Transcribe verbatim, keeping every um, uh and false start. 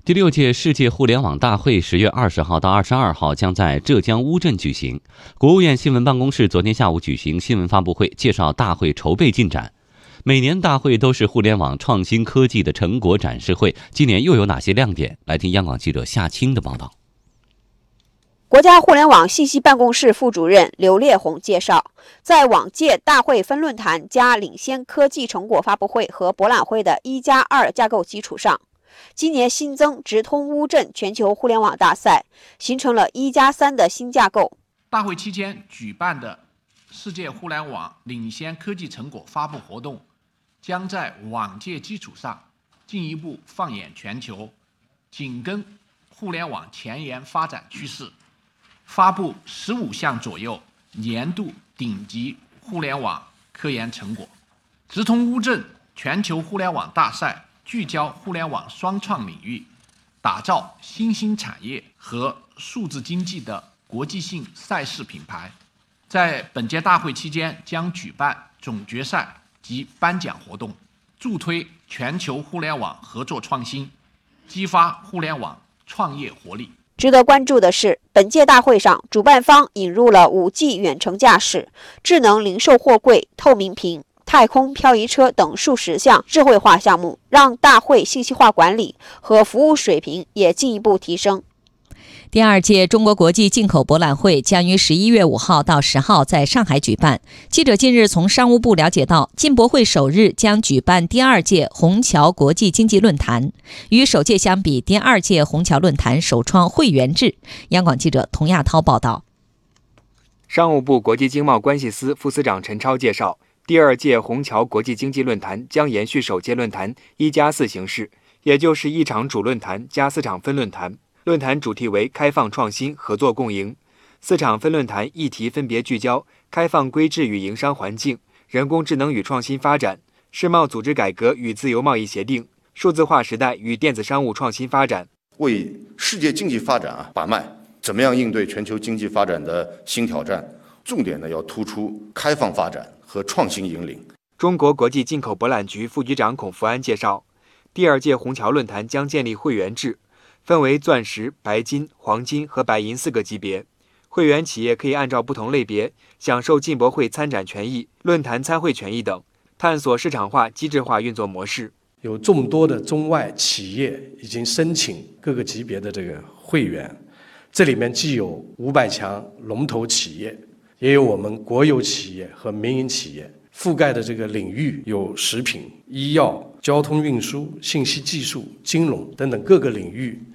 第六届世界互联网大会十月二十号到二十二号将在浙江乌镇举行。国务院新闻办公室昨天下午举行新闻发布会，介绍大会筹备进展。每年大会都是互联网创新科技的成果展示会，今年又有哪些亮点？来听央广记者夏青的报道。 国家互联网信息办公室副主任刘烈宏介绍，在往届大会分论坛加领先科技成果发布会和博览会的一加二架构基础上，今年新增直通乌镇全球互联网大赛，形成了一加三的新架构。 大会期间举办的世界互联网领先科技成果发布活动，将在往届基础上进一步放眼全球，紧跟互联网前沿发展趋势，发布十五项左右年度顶级互联网科研成果。直通乌镇全球互联网大赛聚焦互联网双创领域，打造新兴产业和数字经济的国际性赛事品牌。在本届大会期间将举办总决赛及颁奖活动，助推全球互联网合作创新，激发互联网创业活力。 值得关注的是，本届大会上，主办方引入了 五 G 远程驾驶、智能零售货柜、透明屏、太空漂移车等数十项智慧化项目，让大会信息化管理和服务水平也进一步提升。 第二届中国国际进口博览会将于十一月五号到十号在上海举办。记者近日从商务部了解到，进博会首日将举办第二届虹桥国际经济论坛。与首届相比，第二届虹桥论坛首创会员制。央广记者童亚涛报道。 商务部国际经贸关系司副司长陈超介绍，第二届虹桥国际经济论坛将延续首届论坛一加四形式，也就是一场主论坛加四场分论坛。论坛主题为开放创新、合作共赢。四场分论坛议题分别聚焦开放规制与营商环境、人工智能与创新发展、世贸组织改革与自由贸易协定、数字化时代与电子商务创新发展。 为世界经济发展啊把脉，怎么样应对全球经济发展的新挑战？重点呢要突出开放发展和创新引领。 中国国际进口博览局副局长孔福安介绍，第二届虹桥论坛将建立会员制，分为钻石、白金、黄金和白银四个级别。会员企业可以按照不同类别享受进博会参展权益、论坛参会权益等，探索市场化、机制化运作模式。 有众多的中外企业已经申请各个级别的这个会员，这里面既有五百强龙头企业，也有我们国有企业和民营企业，覆盖的这个领域有食品、医药、交通运输、信息技术、金融等等各个领域，